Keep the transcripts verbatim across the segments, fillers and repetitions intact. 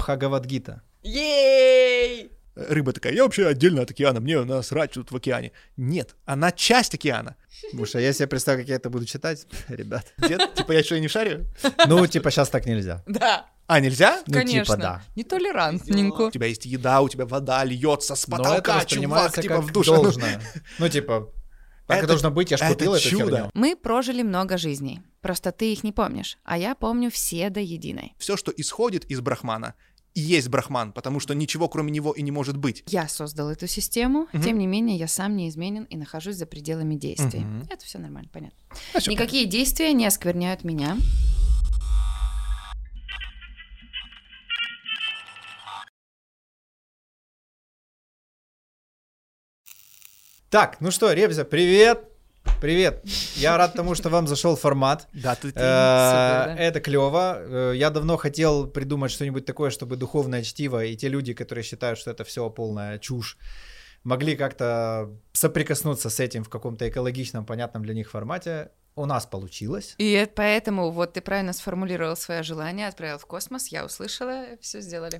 Бхагавад-гита. Ей! Рыба такая, я вообще отдельно от океана, мне насрать тут в океане. Нет, она часть океана. Слушай, я себе представляю, как я это буду читать, ребят. Нет? Типа я что, и не шарю? Ну, типа, сейчас так нельзя. Да, А, нельзя? Ну, конечно. типа, да. Нетолерантненько. У тебя есть еда, у тебя вода льется с Но это потолка, чувак, воспринимается типа как в душе. должное. Ну, типа, так и Это- должно быть, я ж это купил эту чудо. херню. Мы прожили много жизней, просто ты их не помнишь, а я помню все до единой. Все, что исходит из брахмана, и есть брахман, потому что ничего кроме него и не может быть. Я создал эту систему, Мгм. тем не менее я сам неизменен и нахожусь за пределами действий. Мгм. Это все нормально, понятно. А всё Никакие действия не оскверняют меня. Так, ну что, Ребзя, привет. Привет. Я рад тому, что вам зашел формат. Да, ты... ты- Э, да. Это клево. Э, Я давно хотел придумать что-нибудь такое, чтобы духовное чтиво и те люди, которые считают, что это все полная чушь, могли как-то соприкоснуться с этим в каком-то экологичном, понятном для них формате. У нас получилось. И это поэтому вот ты правильно сформулировал свое желание, отправил в космос, я услышала, все сделали.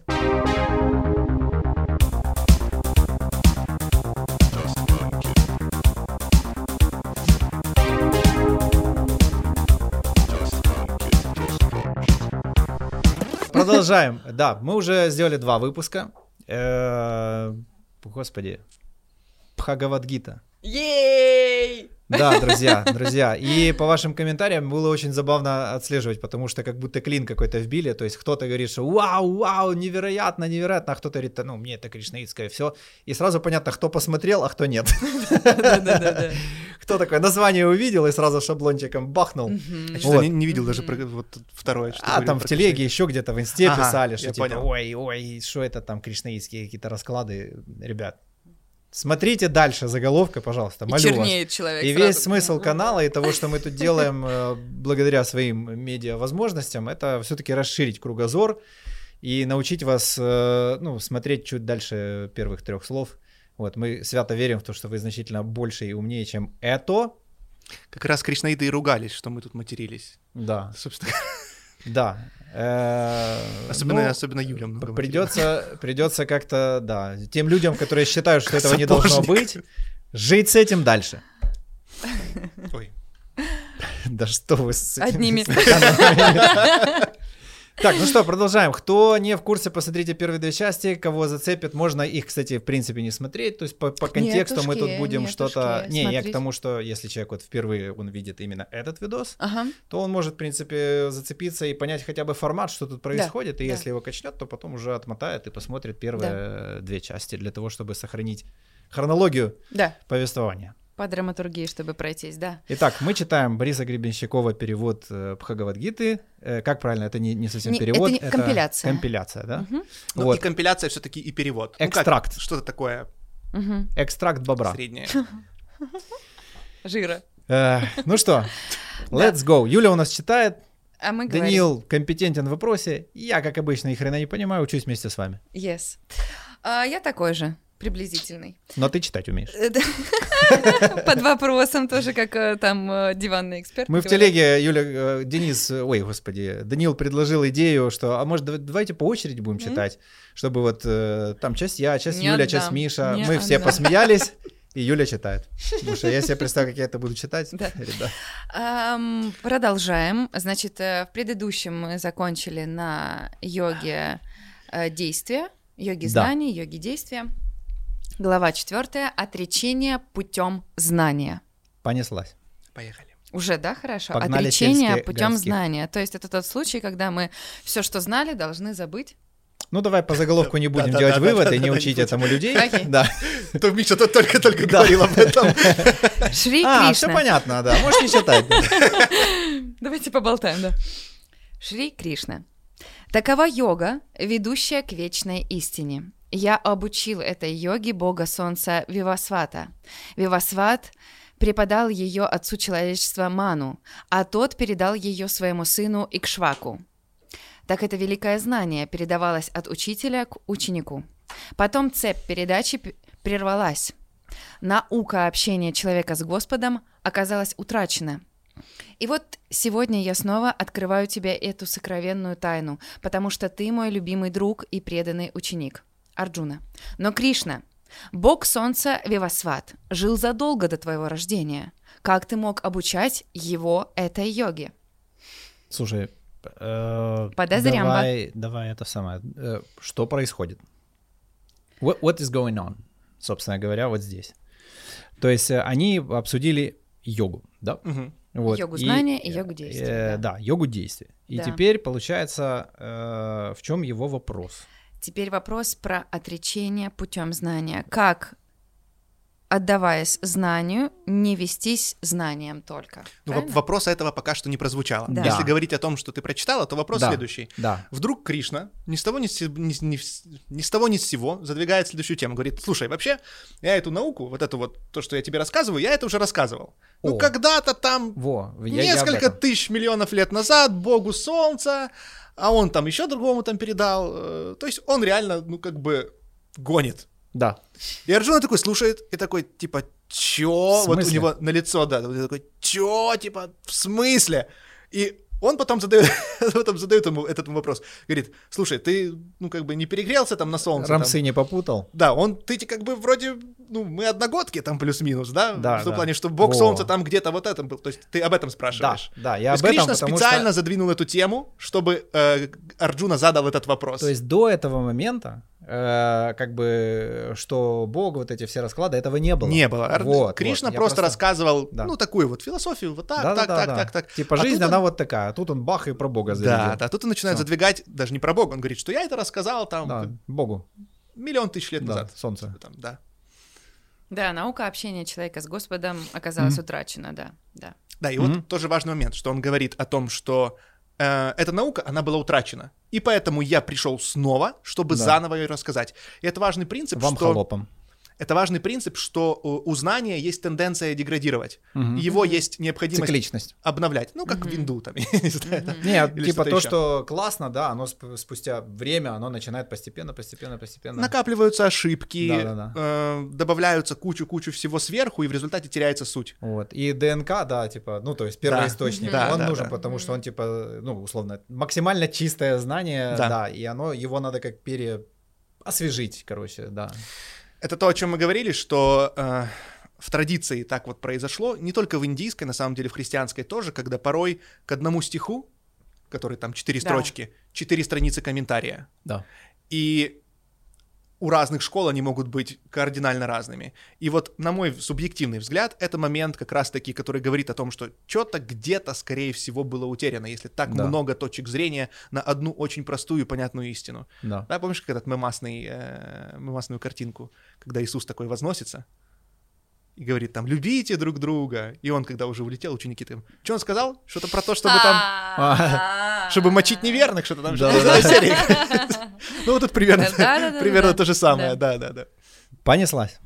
Продолжаем. Да, мы уже сделали два выпуска. Э, Господи. Бхагавад-гита. Ей! Да, друзья, друзья. И по вашим комментариям было очень забавно отслеживать, потому что как будто клин какой-то вбили. То есть кто-то говорит, что вау, вау, невероятно, невероятно, а кто-то говорит, ну, мне это кришнаитское все. И сразу понятно, кто посмотрел, а кто нет. Да-да-да. Кто такое название увидел и сразу шаблончиком бахнул. Я что-то Вот. не, не видел даже про- вот второе. Что А говорили там в про телеге Кришну. еще где-то в инсте Ага, писали, что я типа, понял. ой, ой, что это там кришнаитские какие-то расклады. Ребят, смотрите дальше заголовка, пожалуйста, И молю вас. чернеет человек И сразу. весь смысл канала и того, что мы тут делаем э, благодаря своим медиа-возможностям, это все-таки расширить кругозор и научить вас э, ну, смотреть чуть дальше первых трех слов. Вот, мы свято верим в то, что вы значительно больше и умнее, чем это. Как раз кришнаиты и ругались, что мы тут матерились. Да, Собственно, да. Э, особенно, ну, особенно Юля много материлась. Придется, придется как-то, да, тем людям, которые считают, что этого не Сапожник. должно быть, жить с этим дальше. Ой. Да что вы с этими Одними. стаканами. Так, ну что, продолжаем. Кто не в курсе, посмотрите первые две части. Кого зацепит, можно их, кстати, в принципе, не смотреть. То есть по, по контексту мы тут Нетушки, будем что-то... нетушки, Не, я к смотреть. тому, что если человек вот впервые он видит именно этот видос, Ага. то он может, в принципе, зацепиться и понять хотя бы формат, что тут происходит. И да. если его качнет, то потом уже отмотает и посмотрит первые две части для того, чтобы сохранить хронологию Да, повествования. по драматургии, чтобы пройтись, да. Итак, мы читаем Бориса Гребенщикова перевод э, Бхагавад-гиты. Э, как правильно? Это не, не совсем Не, перевод. это не- компиляция. Компиляция, да? Мгм. Ну Вот. и компиляция все-таки и перевод. Ну, как, Экстракт. что-то такое Мгм. Экстракт бобра. среднее. Жира. Э, ну что, let's go. Юля у нас читает. А мы говорим. Даниил компетентен в вопросе. Я, как обычно, ни хрена не понимаю, учусь вместе с вами. Yes. А, я такой же, приблизительный. Но ты читать умеешь. Э, да. Под вопросом тоже, как э, там э, диванный эксперт. Мы в говорят. телеге, Юля, э, Денис, э, ой, господи, Даниил предложил идею, что, а может, дав- давайте по очереди будем читать, чтобы вот э, там часть я, часть Не Юля, часть отдам, Миша. не Мы все отдам. посмеялись, и Юля читает. Потому что я себе представляю, как я это буду читать. Да. Ребят. Ам, продолжаем. Значит, э, в предыдущем мы закончили на йоге э, действия, йоге Да. знаний, йоге действия. Глава четвертая. Отречение путем знания. Понеслась. Поехали. Уже, да, хорошо? Погнали Отречение сельские путем городских. знания. То есть это тот случай, когда мы все, что знали, должны забыть. Ну, давай по заголовку не будем Да-да-да, делать выводы и да-да-да, не не учить будем. этому людей. Окей. Да. То Миша тут только-только Да. говорил об этом. Шри А, все Кришна. понятно, да. Можешь не читать. Давайте поболтаем, да. Шри Кришна. Такова йога, ведущая к вечной истине. Я обучил этой йоге бога солнца Вивасвата. Вивасват преподал ее отцу человечества Ману, а тот передал ее своему сыну Икшваку. Так это великое знание передавалось от учителя к ученику. Потом цепь передачи п- прервалась. Наука общения человека с Господом оказалась утрачена. И вот сегодня я снова открываю тебе эту сокровенную тайну, потому что ты мой любимый друг и преданный ученик, Арджуна. Но Кришна, бог солнца Вивасват, жил задолго до твоего рождения. Как ты мог обучать его этой йоге? Слушай, э, Подозрямба. давай, давай это самое. Э, что происходит? What, what is going on, собственно говоря, вот здесь. То есть э, они обсудили йогу, да? Мгм. Вот. Йогу знания и йогу действия, э, да. да, йогу действия. И Да. теперь получается, э, в чем его вопрос? Теперь вопрос про отречение путем знания. Как, отдаваясь знанию, не вестись знанием только? Ну, Правильно? воп- вопроса этого пока что не прозвучало. Да. Если Да. говорить о том, что ты прочитала, то вопрос Да. следующий. Да. Вдруг Кришна ни с того ни с, ни, с- ни с- ни с того ни с сего задвигает следующую тему. Говорит, слушай, вообще, я эту науку, вот эту вот, то, что я тебе рассказываю, я это уже рассказывал. Ну, О. когда-то там, Во, я- я об несколько этом. тысяч миллионов лет назад, богу солнца, а он там еще другому там передал. э, То есть он реально, ну, как бы гонит. Да. И Арджуна такой слушает и такой, типа, чё? В Вот у смысле? него на лицо, да, вот такой, чё? Типа, в смысле? И он потом задает, потом задает ему этот вопрос. Говорит, слушай, ты, ну, как бы не перегрелся там на солнце? там?» Рамсы не попутал? Да, он, ты как бы вроде, ну, мы одногодки там плюс-минус, да? Да, В том да. плане, что бог Во. солнца там где-то вот этом был. То есть ты об этом Да, спрашиваешь. да, То я есть об этом, Кришна потому специально что... задвинул эту тему, чтобы э, Арджуна задал этот вопрос. То есть до этого момента, э, как бы, что Бог, вот эти все расклады, этого не было. Не было. Ар- Вот, Кришна вот, я просто рассказывал, Да. ну, такую вот философию, вот так, Да, так, да, так, да, так, да. так. Типа А жизнь, тут она он- вот такая, а тут он бах и про Бога зарядил. Да, да, тут он начинает Всё. задвигать, даже не про Бога, он говорит, что я это рассказал там Да, Богу, миллион тысяч лет да, назад. солнце. Там, да. Да, наука общения человека с Господом оказалась Мгм. утрачена, да, да. Да, и Мгм. вот тоже важный момент, что он говорит о том, что э, эта наука, она была утрачена. И поэтому я пришел снова, чтобы Да. заново ее рассказать. И это важный принцип, Вам что... холопом. Это важный принцип, что у у знания есть тенденция деградировать. Мгм. Его есть необходимость Цикличность. обновлять. Ну, как Мгм. винду там, я не знаю. да. Не, Или типа что-то то, ещё. что классно, да, оно сп- спустя время, оно начинает постепенно, постепенно, постепенно. Накапливаются ошибки, Да-да-да. э, добавляются кучу-кучу всего сверху, и в результате теряется суть. Вот. И ДНК, да, типа, ну, то есть первоисточник, Да, он да, нужен, да. потому что он, типа, ну, условно, максимально чистое знание, Да. да, и оно, его надо как пере... освежить, короче, да. Это то, о чем мы говорили, что э, в традиции так вот произошло, не только в индийской, на самом деле в христианской тоже, когда порой к одному стиху, который там четыре Да. строчки, четыре страницы комментария. Да. И у разных школ они могут быть кардинально разными. И вот, на мой субъективный взгляд, это момент как раз-таки, который говорит о том, что что-то где-то, скорее всего, было утеряно, если так Да. много точек зрения на одну очень простую и понятную истину. Да. Да, помнишь, как этот мемасный, э, мемасную картинку, когда Иисус такой возносится и говорит там «любите друг друга», и он, когда уже улетел, ученики там, что он сказал? Что-то про то, чтобы там, чтобы мочить неверных, что-то там, Да, что-то да, из этой серии. Ну, вот тут примерно, Да, да, да, примерно да. то же самое, Да. да-да-да. Понеслась.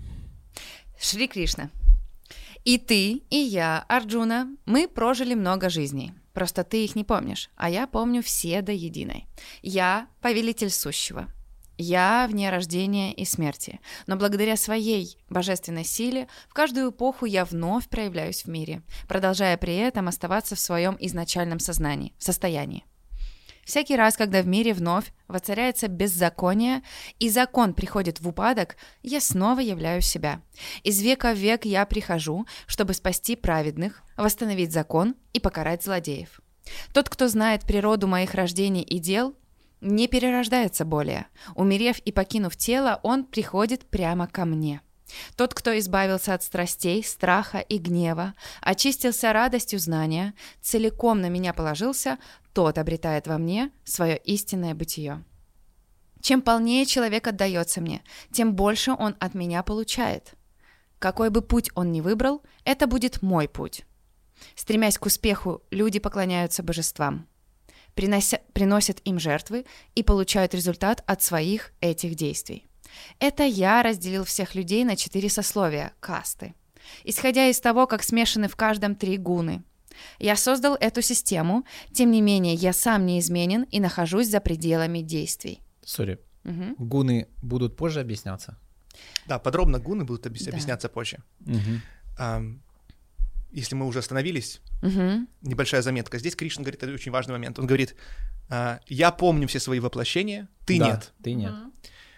Шри Кришна. И ты, и я, Арджуна, мы прожили много жизней. Просто ты их не помнишь, а я помню все до единой. Я — повелитель сущего. Я вне рождения и смерти. Но благодаря своей божественной силе в каждую эпоху я вновь проявляюсь в мире, продолжая при этом оставаться в своем изначальном сознании, в состоянии. Всякий раз, когда в мире вновь воцаряется беззаконие, и закон приходит в упадок, я снова являю себя. Из века в век я прихожу, чтобы спасти праведных, восстановить закон и покарать злодеев. Тот, кто знает природу моих рождений и дел, не перерождается более. Умерев и покинув тело, он приходит прямо ко мне. Тот, кто избавился от страстей, страха и гнева, очистился радостью знания, целиком на меня положился, тот обретает во мне свое истинное бытие. Чем полнее человек отдается мне, тем больше он от меня получает. Какой бы путь он ни выбрал, это будет мой путь. Стремясь к успеху, люди поклоняются божествам, принося, приносят им жертвы и получают результат от своих этих действий. Это я разделил всех людей на четыре сословия, касты, исходя из того, как смешаны в каждом три гуны. Я создал эту систему, тем не менее я сам неизменен и нахожусь за пределами действий. Сори. Мгм. Гуны будут позже объясняться? Да, подробно гуны будут объяс- Да. объясняться позже. Мгм. Ам, Если мы уже остановились Мгм. Небольшая заметка. Здесь Кришна говорит, это очень важный момент. Он говорит, а, я помню все свои воплощения, ты Да, нет. Ты нет. Мгм.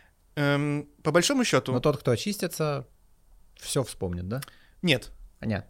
Эм, по большому счету, Но тот, кто очистится, все вспомнит, да? нет. А, нет.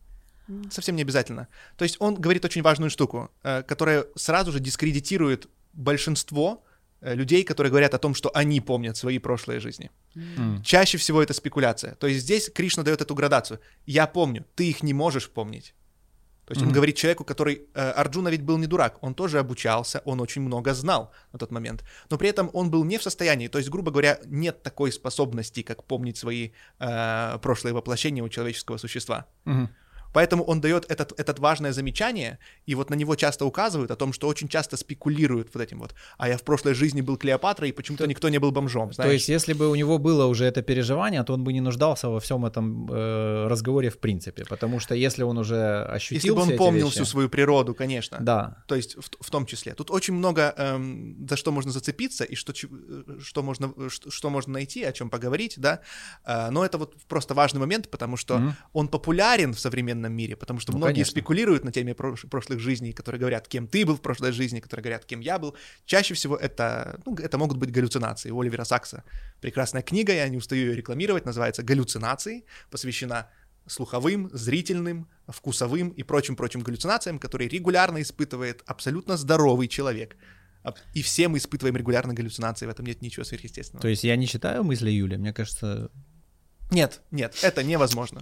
Совсем не обязательно. То есть он говорит очень важную штуку, э, которая сразу же дискредитирует большинство э, людей, которые говорят о том, что они помнят свои прошлые жизни. М. Чаще всего это спекуляция. То есть здесь Кришна дает эту градацию. Я помню, ты их не можешь помнить. То есть он Мгм. говорит человеку, который... э, Арджуна ведь был не дурак, он тоже обучался, он очень много знал на тот момент. Но при этом он был не в состоянии, то есть, грубо говоря, нет такой способности, как помнить свои э, прошлые воплощения у человеческого существа. Мгм. Поэтому он дает этот, этот важное замечание, и вот на него часто указывают о том, что очень часто спекулируют вот этим вот. А я в прошлой жизни был Клеопатрой, и почему-то никто не был бомжом, знаешь? То есть, если бы у него было уже это переживание, то он бы не нуждался во всем этом э, разговоре в принципе. Потому что если он уже ощутил Если бы все он эти помнил вещи- всю свою природу, конечно. Да. То есть в, в том числе. Тут очень много эм, за что можно зацепиться и что, чи- э, что, можно, что, что можно найти, о чем поговорить, да. Э, но это вот просто важный момент, потому что Мгм. он популярен в современном мире, потому что Ну, многие конечно. спекулируют на теме прош- прошлых жизней, которые говорят, кем ты был в прошлой жизни, которые говорят, кем я был. Чаще всего это, ну, это могут быть галлюцинации. У Оливера Сакса прекрасная книга, я не устаю ее рекламировать, называется «Галлюцинации», посвящена слуховым, зрительным, вкусовым и прочим-прочим галлюцинациям, которые регулярно испытывает абсолютно здоровый человек. А- И все мы испытываем регулярно галлюцинации, в этом нет ничего сверхъестественного. То есть я не читаю мысли Юли, мне кажется... Нет, нет, это невозможно.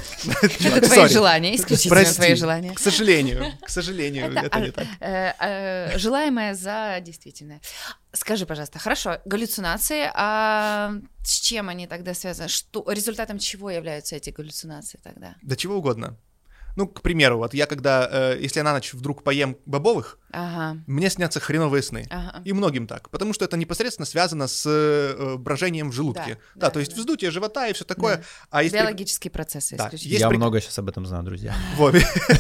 Это твои Sorry. желания, исключительно Прости. твои желания. К сожалению, к сожалению, Это, это не а, так. э, э, желаемое за действительное. Скажи, пожалуйста, хорошо, галлюцинации, а с чем они тогда связаны? Что, результатом чего являются эти галлюцинации тогда? Да чего угодно. Ну, к примеру, вот я когда, э, если я на ночь вдруг поем бобовых, Ага, мне снятся хреновые сны. ага. И многим так, потому что это непосредственно связано с э, брожением в желудке. Да, Да, да, то есть да. вздутие живота и все такое. Да. А есть, при- Биологические процессы Да, исключительно. есть я прик- много сейчас об этом знаю, друзья. Вот.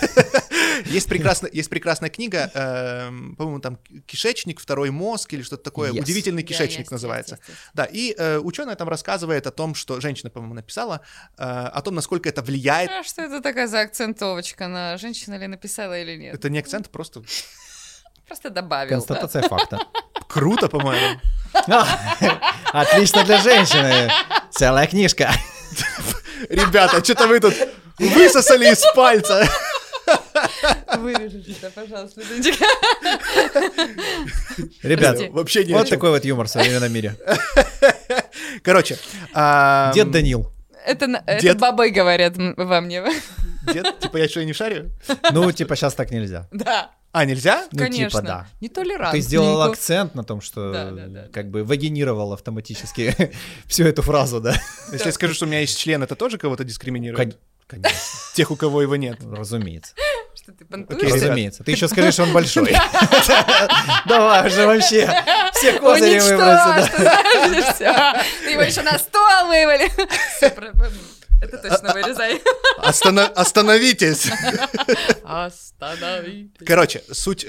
Есть прекрасная, есть прекрасная книга, эм, по-моему, там «Кишечник, второй мозг» или что-то такое. Yes. «Удивительный Да, кишечник» есть, называется. есть, есть, есть. Да, и э, ученая там рассказывает о том, что... Женщина, по-моему, написала, э, о том, насколько это влияет. А что это такая за акцентовочка на женщина ли написала или нет? Это не акцент, просто Просто добавил. да. Констатация факта. круто, по-моему. А, Отлично для женщины. Целая книжка. Ребята, что-то вы тут высосали из пальца. Вырежешь это, пожалуйста, Лидочка. Ребят, Прости. Вообще не о вот чем. такой вот юмор в современном мире. Короче. ам, Дед Данил. Это, на- это Дед- бабы говорят м- во мне. Дед, типа я что, не шарю? Ну, типа, сейчас так нельзя. Да, А, нельзя? Ну, конечно. типа, да. Нетолерантненько. Ты сделал акцент на том, что Да, да, да. как бы вагинировал автоматически всю эту фразу, да? Если я скажу, что у меня есть член, это тоже кого-то дискриминирует? Кон- Конечно, Тех, у кого его нет. разумеется. Что ты Окей, понтуешь? ребят. Разумеется. Ты еще скажи, что он большой. Давай уже вообще все козыри выбрать Уничтожь, сюда. ты знаешь, всё. Ты его еще на стол вывали. Всё, про- Это точно вырезай. Остана- Остановитесь! Останови. Короче, суть...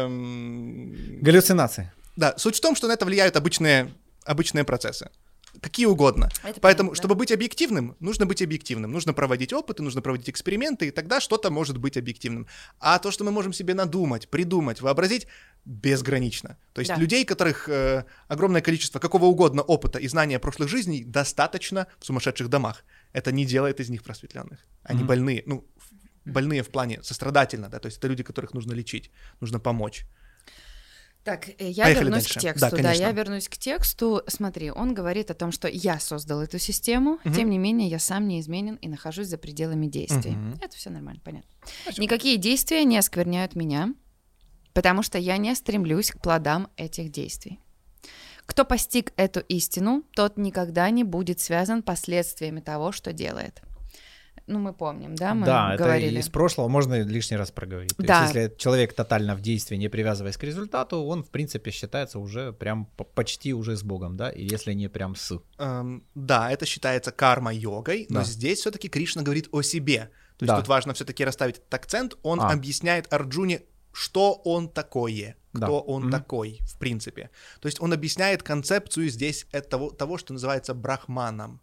эм, Галлюцинации. Да, суть в том, что на это влияют обычные, обычные процессы. Какие угодно. Это Поэтому, понятно, чтобы быть объективным, нужно быть объективным. Нужно проводить опыты, нужно проводить эксперименты, и тогда что-то может быть объективным. А то, что мы можем себе надумать, придумать, вообразить, безгранично. То есть Да. людей, которых э, огромное количество какого угодно опыта и знания прошлых жизней достаточно в сумасшедших домах. Это не делает из них просветленных. Они Мгм. больные, ну, в- больные в плане сострадательно, да, то есть это люди, которых нужно лечить, нужно помочь. Так, э, я Поехали вернусь дальше. к тексту. Да, Да, конечно. я вернусь к тексту. Смотри, он говорит о том, что я создал эту систему, Мгм. тем не менее я сам неизменен и нахожусь за пределами действий. Мгм. Это все нормально, понятно. Спасибо. Никакие действия не оскверняют меня, потому что я не стремлюсь к плодам этих действий. Кто постиг эту истину, тот никогда не будет связан последствиями того, что делает. Ну, мы помним, да, мы Да, это говорили. из прошлого можно лишний раз проговорить. То Да. есть, если человек тотально в действии, не привязываясь к результату, он, в принципе, считается уже прям по- почти уже с Богом, да, и если не прям с. Эм, да, это считается карма-йогой, но Да. здесь все-таки Кришна говорит о себе. То есть Да. тут важно все-таки расставить этот акцент. Он А. объясняет Арджуне, что он такое, Да. кто он Мгм. такой, в принципе. То есть он объясняет концепцию здесь этого, того, что называется брахманом.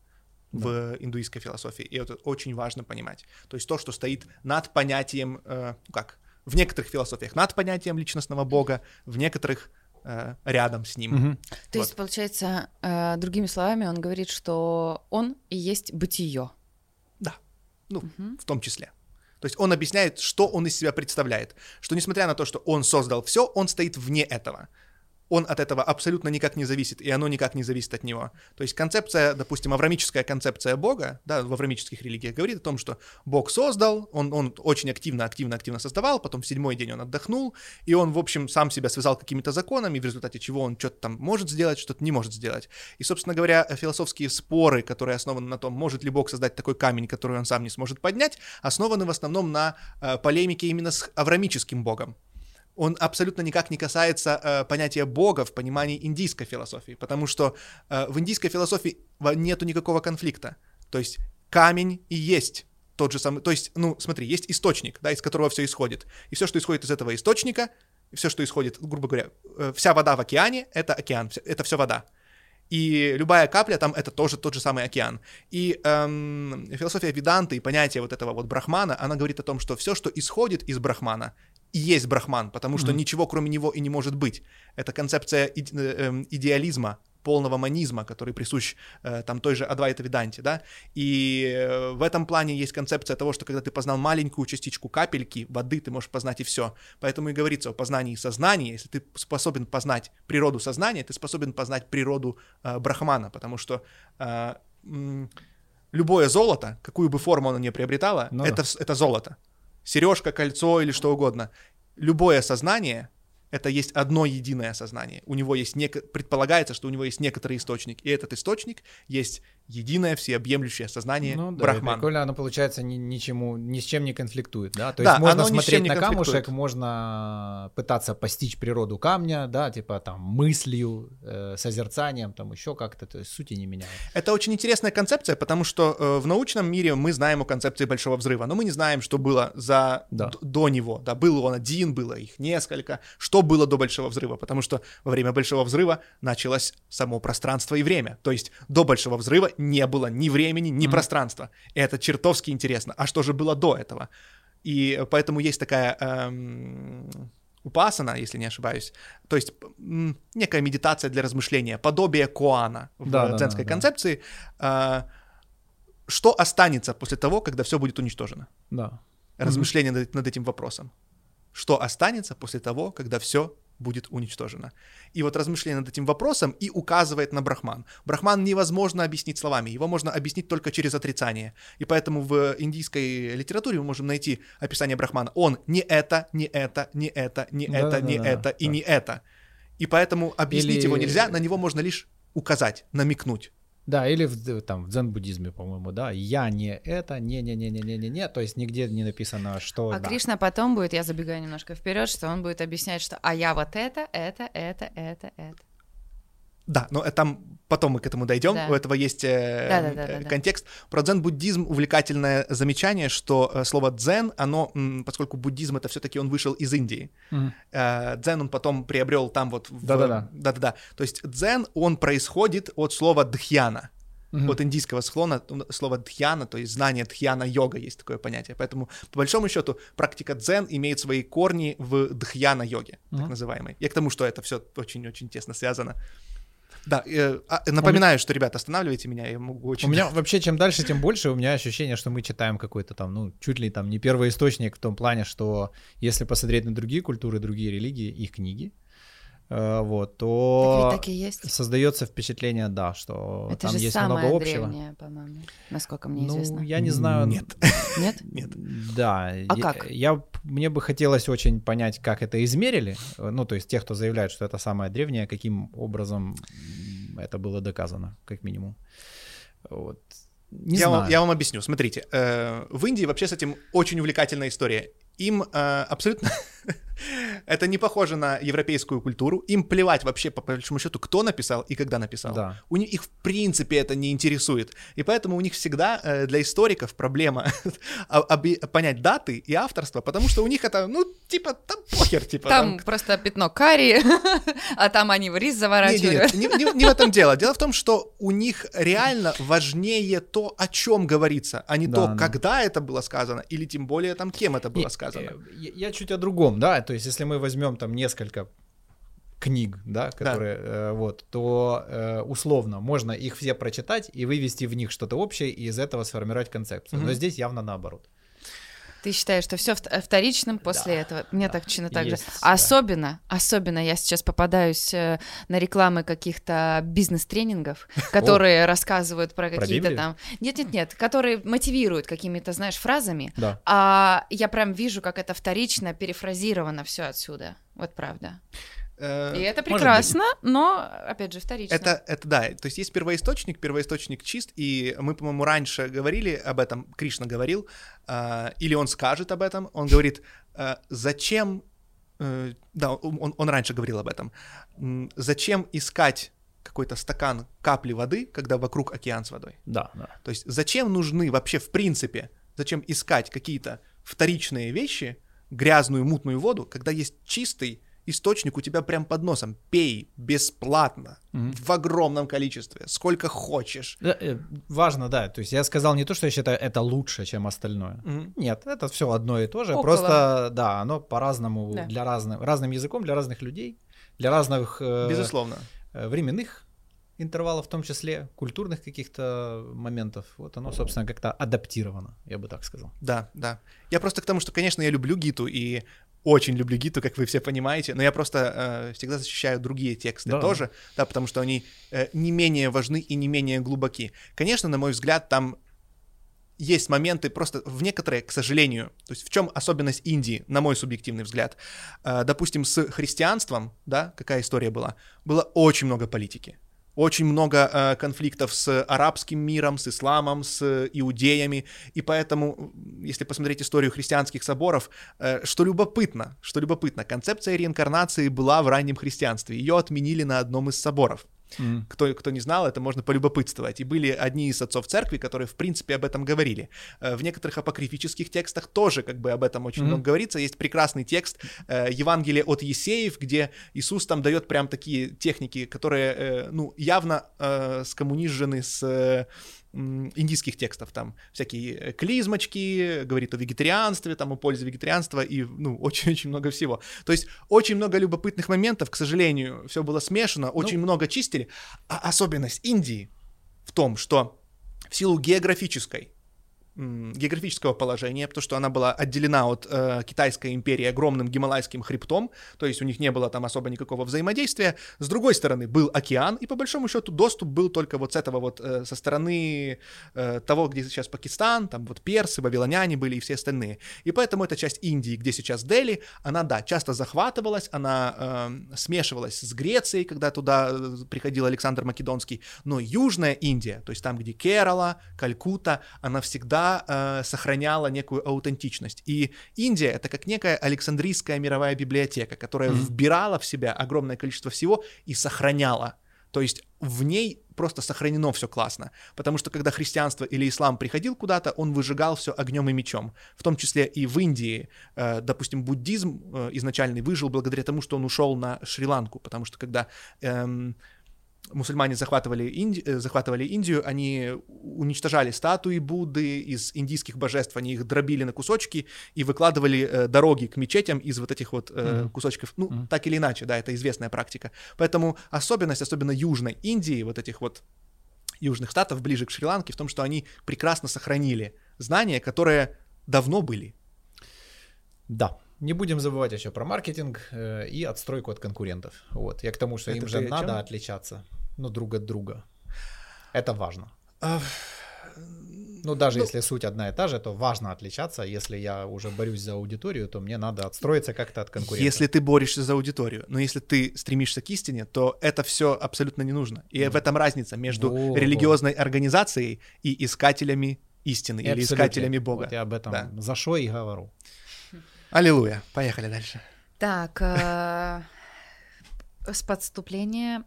в индуистской философии, и это очень важно понимать. То есть то, что стоит над понятием, э, ну как, в некоторых философиях над понятием личностного бога, в некоторых э, рядом с ним. Мгм. То есть, Вот. получается, э, другими словами, он говорит, что он и есть бытие. Да, ну, Мгм. в том числе. То есть он объясняет, что он из себя представляет, что несмотря на то, что он создал все, он стоит вне этого. Он от этого абсолютно никак не зависит, и оно никак не зависит от него. То есть концепция, допустим, аврамическая концепция Бога, да, в аврамических религиях говорит о том, что Бог создал, он, он очень активно, активно, активно создавал, потом в седьмой день он отдохнул, и он, в общем, сам себя связал какими-то законами, в результате чего он что-то там может сделать, что-то не может сделать. И, собственно говоря, философские споры, которые основаны на том, может ли Бог создать такой камень, который он сам не сможет поднять, основаны в основном на э, полемике именно с аврамическим Богом. Он абсолютно никак не касается э, понятия Бога в понимании индийской философии, потому что э, в индийской философии во- нету никакого конфликта. То есть камень и есть тот же самый... То есть, ну, смотри, есть источник, да, из которого все исходит. И все, что исходит из этого источника, все, что исходит, грубо говоря, э, вся вода в океане — это океан, вся- это все вода. И любая капля там — это тоже тот же самый океан. И эм, философия Веданты и понятие вот этого вот брахмана, она говорит о том, что все, что исходит из брахмана, и есть брахман, потому что Мгм. ничего кроме него и не может быть. Это концепция иде- э, эм, идеализма, полного манизма, который присущ э, там той же Адвайта Веданте, да, и э, в этом плане есть концепция того, что когда ты познал маленькую частичку капельки воды, ты можешь познать и все. Поэтому и говорится о познании сознания. Если ты способен познать природу сознания, ты способен познать природу э, брахмана, потому что э, м, любое золото, какую бы форму оно ни приобретало, Ну это, да. вс- это золото. Сережка, кольцо или что угодно. Любое сознание — это есть одно единое сознание. У него есть неко... предполагается, что у него есть некоторый источник, и этот источник есть единое всеобъемлющее сознание Ну да, и брахман. прикольно, оно, получается, ни, ничему, ни с чем не конфликтует, да? То Да, есть можно оно ни с чем смотреть не на конфликтует. камушек, можно пытаться постичь природу камня, да, типа там мыслью, э, созерцанием, там еще как-то, то есть сути не меняет. Это очень интересная концепция, потому что э, в научном мире мы знаем о концепции Большого Взрыва, но мы не знаем, что было за... Да. д- до него. Да, был он один, было их несколько. Что было до Большого Взрыва? Потому что во время Большого Взрыва началось само пространство и время. То есть до Большого Взрыва не было ни времени, ни Мгм. пространства. И это чертовски интересно. А что же было до этого? И поэтому есть такая... эм, упасана, если не ошибаюсь, то есть м, некая медитация для размышления, подобие коана в Да, да, дзенской да, да. концепции. А, что останется после того, когда все будет уничтожено? Да. Размышление над, над этим вопросом. Что останется после того, когда все будет уничтожено? И вот размышление над этим вопросом и указывает на брахман. Брахман невозможно объяснить словами, его можно объяснить только через отрицание. И поэтому в индийской литературе мы можем найти описание брахмана. Он не это, не это, не это, не Да, это, да, не да, это да, и да. не это. И поэтому объяснить Или- его нельзя, на него можно лишь указать, намекнуть. Да, или в, д- там, в дзен-буддизме, по-моему, да, я не это, не-не-не-не-не-не, то есть нигде не написано, что... А да. Кришна потом будет, я забегаю немножко вперед, что он будет объяснять, что а я вот это, это, это, это, это. Да, но это там потом мы к этому дойдем. Да. У этого есть э, Да-да-да-да-да. э, контекст. Про дзен-буддизм увлекательное замечание, что э, слово дзен, оно, м, поскольку буддизм это все-таки он вышел из Индии, Мгм. э, дзен он потом приобрел там вот. в- Да-да-да. Да-да-да. То есть дзен он происходит от слова дхьяна. Мгм. От индийского склона слова дхьяна, то есть знание дхьяна-йога, есть такое понятие. Поэтому, по большому счету, практика дзен имеет свои корни в дхьяна-йоге, так Мгм. называемой. Я к тому, что это все очень-очень тесно связано. Да, э, а, напоминаю, что, ребята, останавливайте меня, я могу очень... У меня вообще, чем дальше, тем больше у меня ощущение, что мы читаем какой-то там, ну, чуть ли там не первый источник в том плане, что если посмотреть на другие культуры, другие религии, их книги, э, вот, Так то ведь так и есть. создается впечатление, да, что Это там же есть самое много общего. древнее, по-моему, насколько мне Ну, известно. я не знаю. Нет. Нет? Нет. Да. А я- как? Я, мне бы хотелось очень понять, как это измерили. Ну, то есть тех, кто заявляет, что это самое древнее, каким образом м, это было доказано, как минимум. Вот. Не я, знаю. вам, я вам объясню. Смотрите, э, в Индии вообще с этим очень увлекательная история. Им э, абсолютно Это не похоже на европейскую культуру. Им плевать вообще, по большому счету, кто написал и когда написал. Да. У них, их, в принципе, это не интересует. И поэтому у них всегда э, для историков проблема понять даты и авторство, потому что у них это, ну, типа, там похер. Типа, Там, там просто пятно карри, а там они в рис заворачивают. Нет, нет, не, не- не в этом дело. Дело в том, что у них реально важнее то, о чем говорится, а не Да, то, да. когда это было сказано, или тем более там, кем это было Не, сказано. э, Я, я чуть о другом, да, то есть если мы возьмем там несколько книг, да, которые, э, вот, то э, условно можно их все прочитать и вывести в них что-то общее и из этого сформировать концепцию. Мгм. Но здесь явно наоборот. Ты считаешь, что все вторичным после Да, этого? Мне да, так точно так же. есть, да. Особенно, особенно я сейчас попадаюсь э, на рекламы каких-то бизнес-тренингов, которые рассказывают про Про какие-то Библию? там... Нет-нет-нет, которые мотивируют какими-то, знаешь, фразами, Да. а я прям вижу, как это вторично перефразировано все отсюда. Вот правда. Э, И это быть. прекрасно, но, опять же, вторично. Это, это да, то есть есть первоисточник, первоисточник чист, и мы, по-моему, раньше говорили об этом, Кришна говорил, а, или он скажет об этом, он говорит, а, зачем, э, да, он, он раньше говорил об этом, м, зачем искать какой-то стакан капли воды, когда вокруг океан с водой? Да, да. То есть зачем нужны вообще в принципе, зачем искать какие-то вторичные вещи, грязную мутную воду, когда есть чистый источник у тебя прям под носом. Пей бесплатно, Мгм. в огромном количестве, сколько хочешь. Да, э, важно, да, то есть я сказал не то, что я считаю это лучше, чем остальное. Мгм. Нет, это все одно и то же, Около. просто, да, оно по-разному, Да. для разных, разным языком, для разных людей, для разных э, Безусловно. э, временных интервалов, в том числе культурных каких-то моментов. Вот оно, собственно, как-то адаптировано, я бы так сказал. Да, да. Я просто к тому, что, конечно, я люблю Гиту и очень люблю Гиту, как вы все понимаете, но я просто э, всегда защищаю другие тексты Да. тоже, да, потому что они э, не менее важны и не менее глубоки. Конечно, на мой взгляд, там есть моменты просто в некоторые, к сожалению, то есть в чем особенность Индии, на мой субъективный взгляд, Э, допустим, с христианством, да, какая история была, было очень много политики. Очень много э, конфликтов с арабским миром, с исламом, с иудеями, и поэтому, если посмотреть историю христианских соборов, э, что любопытно, что любопытно, концепция реинкарнации была в раннем христианстве, ее отменили на одном из соборов. Кто, кто не знал, это можно полюбопытствовать. И были одни из отцов церкви, которые, в принципе, об этом говорили. Э, В некоторых апокрифических текстах тоже как бы об этом очень Мгм. много говорится. Есть прекрасный текст э, Евангелия от Есеев, где Иисус там дает прям такие техники, которые, э, ну, явно э, скоммунижены с э, м, индийских текстов. Там всякие э, клизмочки, говорит о вегетарианстве, там о пользе вегетарианства и, ну, очень-очень много всего. То есть очень много любопытных моментов, к сожалению, все было смешано, очень много чистили. А особенность Индии в том, что в силу географической, м, географического положения, потому что она была отделена от э, Китайской империи огромным гималайским хребтом, то есть у них не было там особо никакого взаимодействия. С другой стороны был океан, и по большому счету доступ был только вот с этого вот, э, со стороны э, того, где сейчас Пакистан, там вот персы, вавилоняне были и все остальные. И поэтому эта часть Индии, где сейчас Дели, она, да, часто захватывалась, она э, смешивалась с Грецией, когда туда э, приходил Александр Македонский, но Южная Индия, то есть там, где Керала, Калькутта, она всегда э, сохраняла некую аутентичность. И Индия — это как некая Александрийская мировая библиотека, которая Мгм. вбирала в себя огромное количество всего и сохраняла. То есть в ней просто сохранено все классно. Потому что когда христианство или ислам приходил куда-то, он выжигал все огнем и мечом. В том числе и в Индии, э, допустим, буддизм э, изначальный выжил благодаря тому, что он ушел на Шри-Ланку. Потому что когда эм, мусульмане захватывали, Инди... э, захватывали Индию, они уничтожали статуи Будды из индийских божеств, они их дробили на кусочки и выкладывали э, дороги к мечетям из вот этих вот э, Мгм. кусочков. Ну, Мгм. так или иначе, да, это известная практика. Поэтому особенность, особенно Южной Индии, вот этих вот южных штатов, ближе к Шри-Ланке, в том, что они прекрасно сохранили знания, которые давно были. Да. Не будем забывать еще про маркетинг э, и отстройку от конкурентов. Вот. Я к тому, что Это им же ты о надо чём? отличаться, ну, друг от друга. Это важно. А, Ну, даже Ну- если суть одна и та же, то важно отличаться. Если я уже борюсь за аудиторию, то мне надо отстроиться как-то от конкурентов. Если ты борешься за аудиторию, но если ты стремишься к истине, то это все абсолютно не нужно. И Мгм. в этом разница между Во-во. религиозной организацией и искателями истины или Абсолютно. искателями Бога. Вот я об этом Да. за что и говорю. Аллилуйя. Поехали дальше. Так, э, с подступления.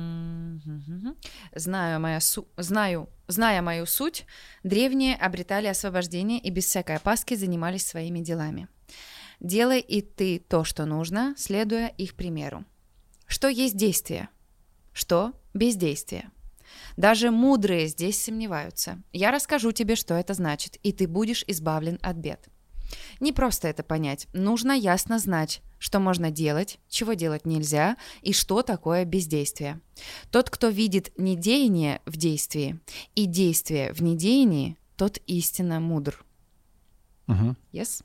Знаю, моя су... Знаю, зная мою суть, древние обретали освобождение и без всякой опаски занимались своими делами. Делай и ты то, что нужно, следуя их примеру. Что есть действие? Что бездействие? Даже мудрые здесь сомневаются. Я расскажу тебе, что это значит, и ты будешь избавлен от бед. Не просто это понять. Нужно ясно знать, что можно делать, чего делать нельзя и что такое бездействие. Тот, кто видит недеяние в действии и действие в недеянии, тот истинно мудр. Угу. Yes?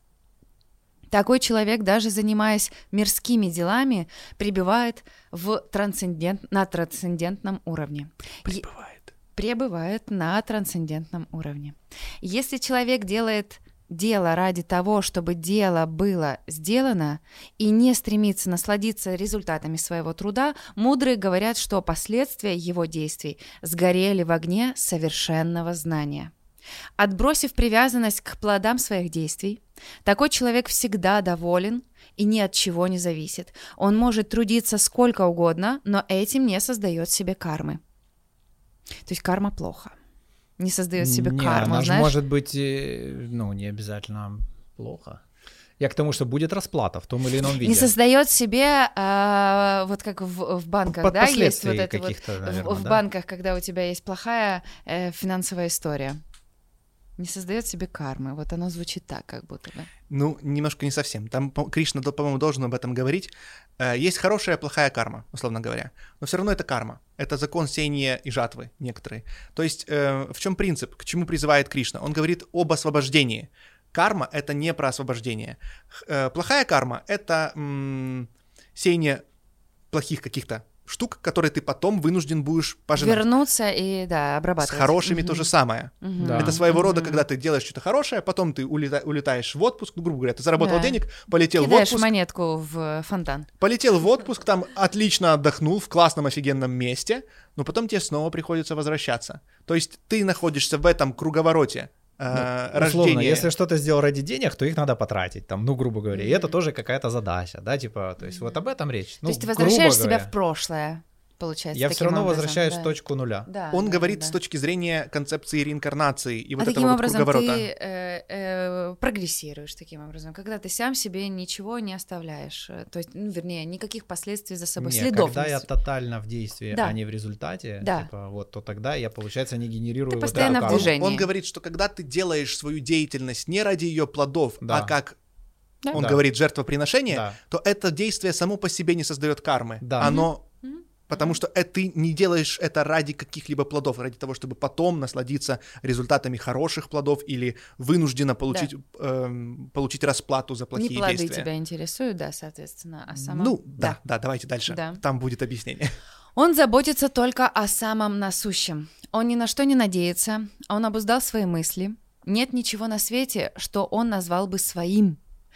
Такой человек, даже занимаясь мирскими делами, пребывает в трансцендент... на трансцендентном уровне. Пребывает. Пребывает на трансцендентном уровне. Если человек делает дело ради того, чтобы дело было сделано, и не стремится насладиться результатами своего труда, мудрые говорят, что последствия его действий сгорели в огне совершенного знания. Отбросив привязанность к плодам своих действий, такой человек всегда доволен и ни от чего не зависит. Он может трудиться сколько угодно, но этим не создает себе кармы. То есть карма плохо. Не создает себе не, карму, она же знаешь? может быть, ну, не обязательно плохо. Я к тому, что будет расплата в том или ином виде. Не создает себе, а, вот как в, в банках, Под да, есть вот это вот, каких-то, наверное, в, в да? банках, когда у тебя есть плохая э, финансовая история. Не создает себе кармы. Вот оно звучит так, как будто бы. Ну, немножко не совсем. Там по- Кришна, по-моему, должен об этом говорить. Э, Есть хорошая и плохая карма, условно говоря. Но все равно это карма. Это закон сеяния и жатвы некоторые. То есть э, в чем принцип? К чему призывает Кришна? Он говорит об освобождении. Карма — это не про освобождение. Х- э, Плохая карма — это м- сеяние плохих каких-то штук, которые ты потом вынужден будешь пожинать. Вернуться и, да, С обрабатывать. хорошими Мгм. то же самое. Мгм. Да. Это своего рода, Мгм. когда ты делаешь что-то хорошее, потом ты улета- улетаешь в отпуск, ну, грубо говоря, ты заработал Да. денег, полетел в Кидаешь отпуск, монетку в фонтан. полетел в отпуск, там отлично отдохнул в классном офигенном месте, но потом тебе снова приходится возвращаться. То есть ты находишься в этом круговороте э, Ну, условно, рождения. если что-то сделал ради денег, то их надо потратить, там, ну, грубо говоря. И это тоже какая-то задача, да, типа, то есть вот об этом речь. То Ну, есть ты грубо возвращаешь себя говоря. в прошлое, получается, Я все таким равно образом, возвращаюсь да. в точку нуля. Да, Он да, говорит да. с точки зрения концепции реинкарнации и вот А этого таким вот образом круговорота. ты э, э, прогрессируешь таким образом, когда ты сам себе ничего не оставляешь, э, то есть, ну, вернее, никаких последствий за собой, Не, следов. когда не я с- тотально в действии, Да. а не в результате, Да. типа, вот, то тогда я, получается, не генерирую Ты вот постоянно эту в карму. движении. Он говорит, что когда ты делаешь свою деятельность не ради ее плодов, Да. а как Да. он Да. говорит жертвоприношение, Да. то это действие само по себе не создает кармы. Да. Оно Мгм. Потому что это, ты не делаешь это ради каких-либо плодов, ради того, чтобы потом насладиться результатами хороших плодов или вынужденно получить, эм, получить расплату за плохие Не плоды действия. тебя интересуют, да, соответственно, а сама... Ну, да, да, давайте дальше. Да. Там будет объяснение. Он заботится только о самом насущем. Он ни на что не надеется, он обуздал свои мысли. Нет ничего на свете, что он назвал бы своим.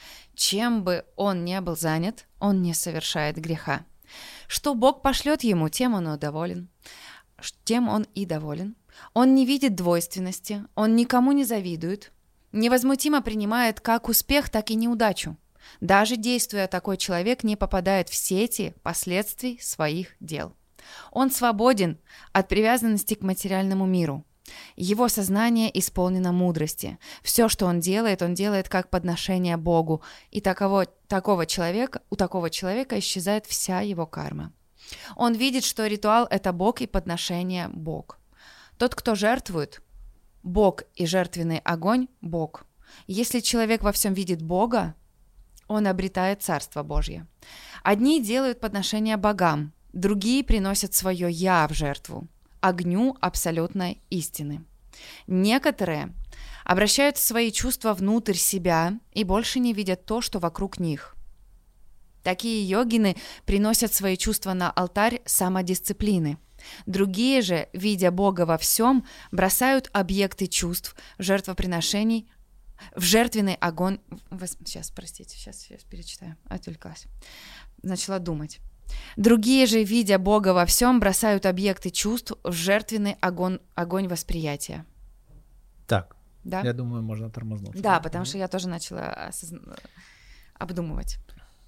Чем бы он ни был занят, он не совершает греха. Что Бог пошлет ему, тем он и доволен. Ш- Тем он и доволен. Он не видит двойственности, он никому не завидует, невозмутимо принимает как успех, так и неудачу. Даже действуя, такой человек не попадает в сети последствий своих дел. Он свободен от привязанности к материальному миру. Его сознание исполнено мудрости. Все, что он делает, он делает как подношение Богу. И таково, такого человека, у такого человека исчезает вся его карма. Он видит, что ритуал — это Бог и подношение — Бог. Тот, кто жертвует, Бог и жертвенный огонь — Бог. Если человек во всем видит Бога, он обретает Царство Божье. Одни делают подношения богам, другие приносят свое «я» в жертву, огню абсолютной истины. Некоторые обращают свои чувства внутрь себя и больше не видят то, что вокруг них. Такие йогины приносят свои чувства на алтарь самодисциплины. Другие же, видя Бога во всем, бросают объекты чувств, жертвоприношений, в жертвенный огонь... Вос- Сейчас, простите, сейчас, сейчас перечитаю. Отвлеклась. Начала думать. Другие же, видя Бога во всем, бросают объекты чувств в жертвенный огонь, огонь восприятия. Так, Да? я думаю, можно тормознуться. Да, потому что я тоже начала осозна- обдумывать.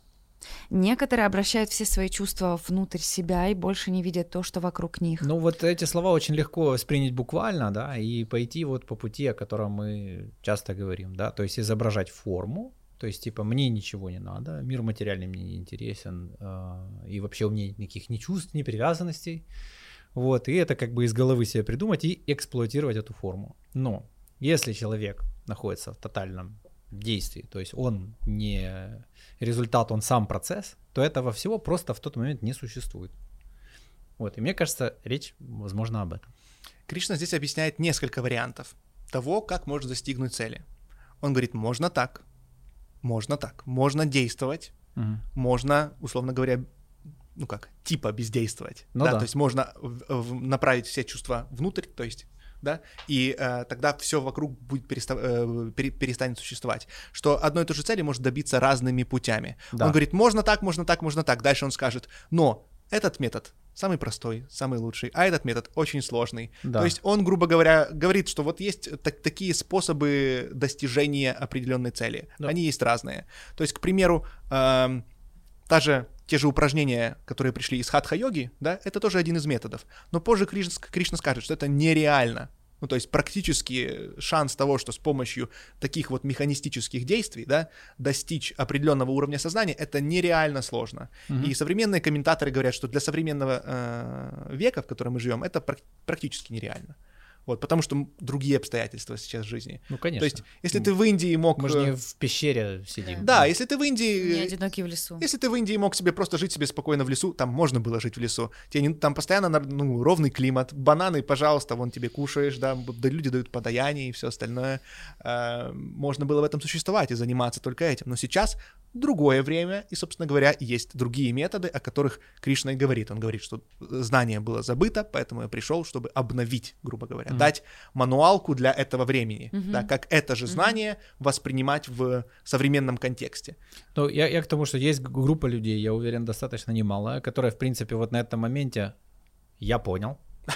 Некоторые обращают все свои чувства внутрь себя и больше не видят то, что вокруг них. Ну вот эти слова очень легко воспринять буквально, да, и пойти вот по пути, о котором мы часто говорим, да, то есть изображать форму, то есть типа мне ничего не надо, мир материальный мне не интересен, э, и вообще у меня никаких ни чувств, ни привязанностей, вот, и это как бы из головы себе придумать и эксплуатировать эту форму. Но если человек находится в тотальном действий, то есть он не результат, он сам процесс, то этого всего просто в тот момент не существует. Вот, и мне кажется, речь, возможно, об этом. Кришна здесь объясняет несколько вариантов того, как можно достигнуть цели. Он говорит, можно так, можно так, можно действовать, Угу. можно, условно говоря, ну как, типа бездействовать. Ну да? да. То есть можно в- в- направить все чувства внутрь, то есть, да, и э, тогда все вокруг будет переста- э, пере- перестанет существовать. Что одной и той же цели может добиться разными путями. Да. Он говорит, можно так, можно так, можно так. Дальше он скажет, но этот метод самый простой, самый лучший, а этот метод очень сложный. Да. То есть он, грубо говоря, говорит, что вот есть так- такие способы достижения определенной цели. Да. Они есть разные. То есть, к примеру, эм, та же, те же упражнения, которые пришли из хатха-йоги, да, это тоже один из методов. Но позже Кришна, Кришна скажет, что это нереально. Ну, то есть практически шанс того, что с помощью таких вот механистических действий, да, достичь определенного уровня сознания, это нереально сложно. Мгм. И современные комментаторы говорят, что для современного э, века, в котором мы живем, это прак- практически нереально. Вот, потому что м- другие обстоятельства сейчас в жизни. Ну, конечно. То есть, если ты в Индии мог... Мы же э, не в пещере сидим. Да, если ты в Индии... Не одинокий в лесу. Если ты в Индии мог себе просто жить себе спокойно в лесу, там можно было жить в лесу. Тебе не- там постоянно нар- ну, ровный климат, бананы, пожалуйста, вон тебе кушаешь, да, б- да, люди дают подаяние и все остальное. Э, можно было в этом существовать и заниматься только этим. Но сейчас другое время, и, собственно говоря, есть другие методы, о которых Кришна и говорит. Он говорит, что знание было забыто, поэтому я пришел, чтобы обновить, грубо говоря, Мгм. дать мануалку для этого времени, Мгм. да, как это же знание воспринимать в современном контексте. Ну, я, я к тому, что есть г- группа людей, я уверен, достаточно немалая, которая, в принципе, вот на этом моменте я понял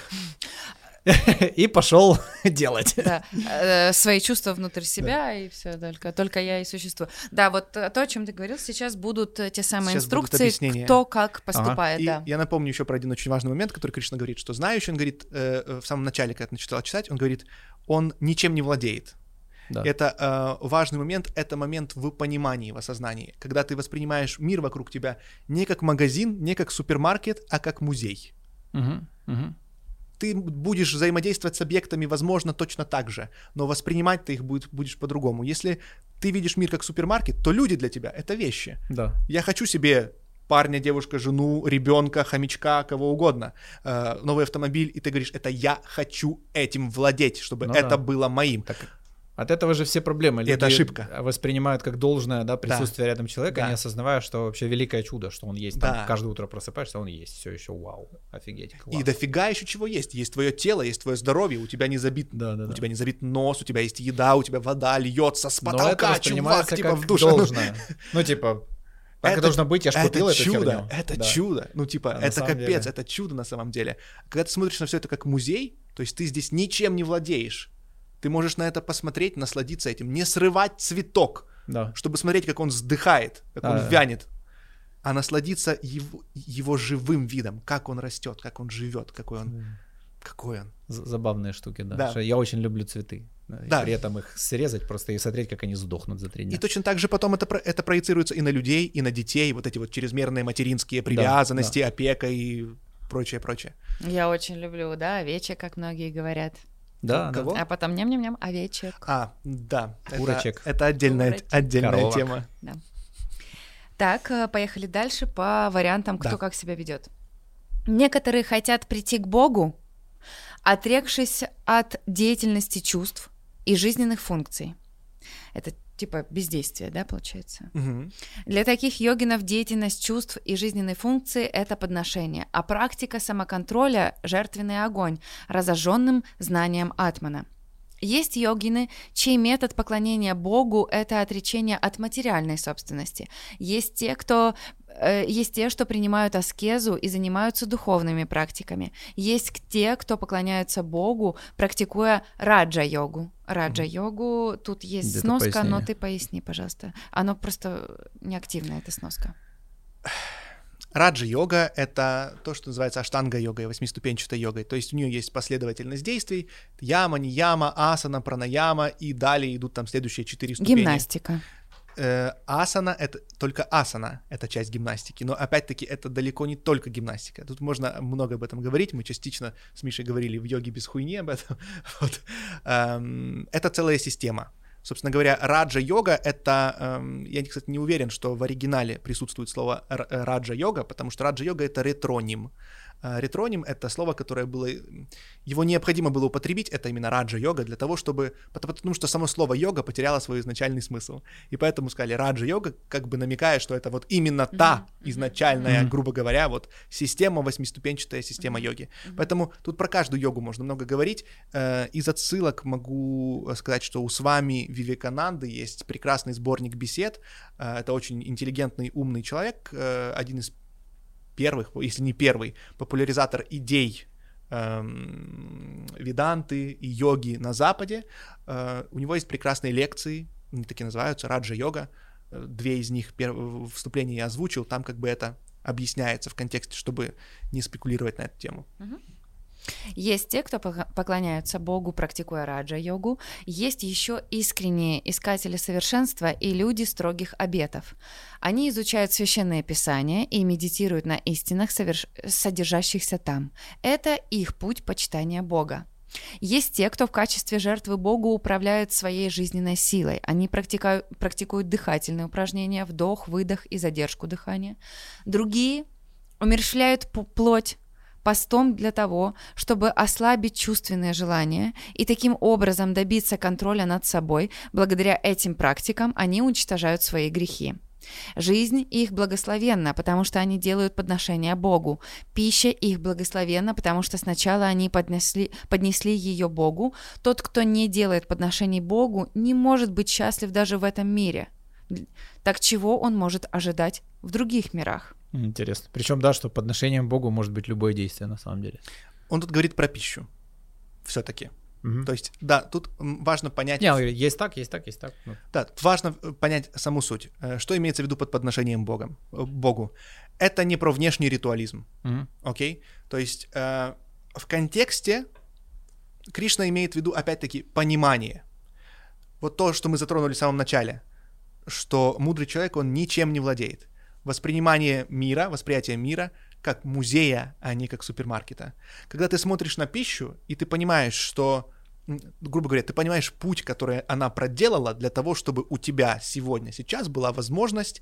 и пошел делать. Да, э, свои чувства внутрь себя, и все, только, только я и существую. Да, вот э, то, о чем ты говорил, сейчас будут э, те самые Сейчас будут инструкции, объяснения. кто как поступает, И да. я напомню еще про один очень важный момент, который Кришна говорит, что знающий, он говорит, э, э, в самом начале, когда ты начала читать, он говорит, он ничем не владеет. Да. Это э, важный момент, это момент в понимании, в осознании, когда ты воспринимаешь мир вокруг тебя не как магазин, не как супермаркет, а как музей. Мгм, мгм. Ты будешь взаимодействовать с объектами, возможно, точно так же, но воспринимать ты их будет, будешь по-другому. Если ты видишь мир как супермаркет, то люди для тебя — это вещи. Да. Я хочу себе парня, девушка, жену, ребенка, хомячка, кого угодно, э, новый автомобиль, и ты говоришь, это я хочу этим владеть, чтобы Ну это да. было моим. Так, от этого же все проблемы. Это ошибка. Воспринимают как должное, да, присутствие рядом человека, Да. не осознавая, что вообще великое чудо, что он есть. Там Да. каждое утро просыпаешься, он есть. Все еще вау. Офигеть. Класс. И дофига еще чего есть. Есть твое тело, есть твое здоровье, у тебя не забит, Да, да, у да. тебя не забит нос, у тебя есть еда, у тебя вода льется с Но это потолка, чувак, воспринимается типа как в душе. должное. Ну, типа, так и должно быть, я ж купил это эту чудо, херню. это Да. чудо. Ну, типа, А на это самом капец, деле- это чудо на самом деле. Когда ты смотришь на все это как музей, то есть ты здесь ничем не владеешь. Ты можешь на это посмотреть, насладиться этим, не срывать цветок, Да. чтобы смотреть, как он вздыхает, как он Да. вянет, а насладиться его, его живым видом, как он растет, как он живет, какой он, какой он. З- Забавные штуки, да. Да. Что я очень люблю цветы. Да, и Да. при этом их срезать просто и смотреть, как они сдохнут за три дня. И точно так же потом это, про- это проецируется и на людей, и на детей, вот эти вот чрезмерные материнские привязанности, опека и прочее, прочее. Я очень люблю, да, овечек, как многие говорят. Да, да. Кого? А потом ням-ням-ням, овечек. А, да. это- Курочек. Это, отдельная, Курочек. отдельная Коровок. тема. Так, э, поехали дальше по вариантам, кто Да. как себя ведет. Некоторые хотят прийти к Богу, отрекшись от деятельности чувств и жизненных функций. Это типа бездействие, да, получается? Мгм. Для таких йогинов деятельность чувств и жизненной функции — это подношение, а практика самоконтроля — жертвенный огонь, разожженным знанием атмана. Есть йогины, чей метод поклонения Богу — это отречение от материальной собственности. Есть те, кто, э, есть те, что принимают аскезу и занимаются духовными практиками. Есть к- те, кто поклоняются Богу, практикуя раджа-йогу. Раджа-йогу, тут есть Где-то сноска, но пояснение. ты поясни, пожалуйста. Оно просто неактивно, эта сноска. Раджа-йога — это то, что называется аштанга-йогой, восьмиступенчатой йогой. То есть у нее есть последовательность действий: яма, нияма, асана, пранаяма, и далее идут там следующие четыре ступени. Гимнастика. Э, асана — это только асана, это часть гимнастики, но опять-таки это далеко не только гимнастика. Тут можно много об этом говорить, мы частично с Мишей говорили в йоге без хуйни об этом. Вот. Эм, это целая система. Собственно говоря, раджа-йога — это, эм, я, кстати, не уверен, что в оригинале присутствует слово раджа-йога, потому что раджа-йога — это ретроним. Ретроним — это слово, которое было, его необходимо было употребить, это именно раджа-йога, для того, чтобы, потому что само слово йога потеряло свой изначальный смысл, и поэтому сказали раджа-йога, как бы намекая, что это вот именно та изначальная, mm-hmm. грубо говоря, вот система, восьмиступенчатая система mm-hmm. йоги. Mm-hmm. Поэтому тут про каждую йогу можно много говорить. Из отсылок могу сказать, что у Свами Вивекананды есть прекрасный сборник бесед, это очень интеллигентный, умный человек, один из первых, если не первый, популяризатор идей эм, веданты и йоги на Западе. Э, у него есть прекрасные лекции, они такие называются, раджа-йога. Две из них в вступлении я озвучил, там как бы это объясняется в контексте, чтобы не спекулировать на эту тему. Есть те, кто поклоняются Богу, практикуя раджа-йогу. Есть еще искренние искатели совершенства и люди строгих обетов. Они изучают священные писания и медитируют на истинах, соверш... содержащихся там. Это их путь почитания Бога. Есть те, кто в качестве жертвы Богу управляют своей жизненной силой. Они практикуют, практикуют дыхательные упражнения, вдох, выдох и задержку дыхания. Другие умерщвляют плоть постом для того, чтобы ослабить чувственные желания и таким образом добиться контроля над собой. Благодаря этим практикам они уничтожают свои грехи. Жизнь их благословенна, потому что они делают подношения Богу. Пища их благословенна, потому что сначала они поднесли, поднесли ее Богу. Тот, кто не делает подношений Богу, не может быть счастлив даже в этом мире. Так чего он может ожидать в других мирах? Интересно. Причем, да, что подношением Богу может быть любое действие на самом деле. Он тут говорит про пищу все-таки. Угу. То есть, да, тут важно понять... Не, он говорит, есть так, есть так, есть так. Ну. Да, тут важно понять саму суть. Что имеется в виду под подношением Богом, Богу? Это не про внешний ритуализм, угу. окей? То есть э, в контексте Кришна имеет в виду, опять-таки, понимание. Вот то, что мы затронули в самом начале, что мудрый человек, он ничем не владеет. Воспринимание мира, восприятие мира как музея, а не как супермаркета. Когда ты смотришь на пищу, и ты понимаешь, что, грубо говоря, ты понимаешь путь, который она проделала для того, чтобы у тебя сегодня, сейчас была возможность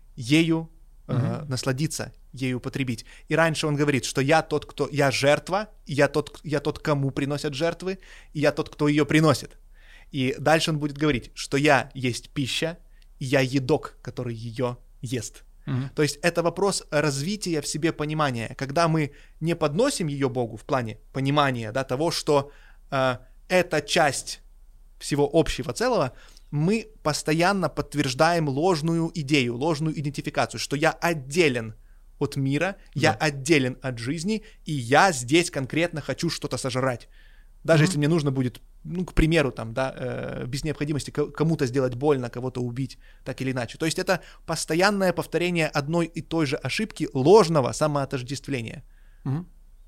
ею э, mm-hmm. насладиться, ею употребить. И раньше он говорит, что я тот, кто... Я жертва, я тот, я тот, кому приносят жертвы, и я тот, кто ее приносит. И дальше он будет говорить, что я есть пища, и я едок, который ее ест. Mm-hmm. То есть это вопрос развития в себе понимания. Когда мы не подносим ее Богу в плане понимания, да, того, что э, это часть всего общего целого, мы постоянно подтверждаем ложную идею, ложную идентификацию, что я отделен от мира, я yeah. отделен от жизни, и я здесь конкретно хочу что-то сожрать. Даже mm-hmm. если мне нужно будет, ну, к примеру, там, да, э, без необходимости кому-то сделать больно, кого-то убить, так или иначе. То есть это постоянное повторение одной и той же ошибки, ложного самоотождествления. Mm-hmm.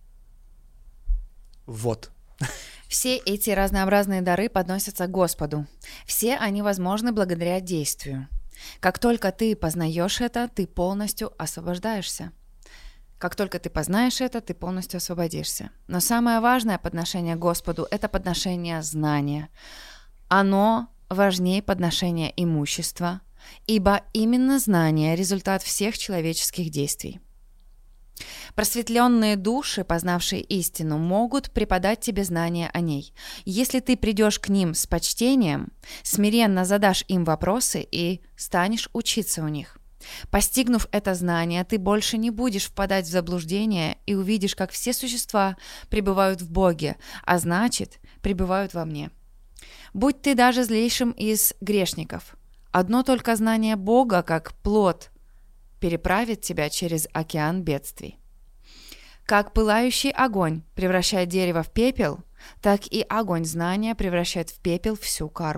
Вот. Все эти разнообразные дары подносятся к Господу. Все они возможны благодаря действию. Как только ты познаешь это, ты полностью освобождаешься. Как только ты познаешь это, ты полностью освободишься. Но самое важное подношение Господу — это подношение знания. Оно важнее подношения имущества, ибо именно знание — результат всех человеческих действий. Просветленные души, познавшие истину, могут преподать тебе знания о ней. Если ты придешь к ним с почтением, смиренно задашь им вопросы и станешь учиться у них. Постигнув это знание, ты больше не будешь впадать в заблуждение и увидишь, как все существа пребывают в Боге, а значит, пребывают во мне. Будь ты даже злейшим из грешников, одно только знание Бога, как плод, переправит тебя через океан бедствий. Как пылающий огонь превращает дерево в пепел, так и огонь знания превращает в пепел всю карму.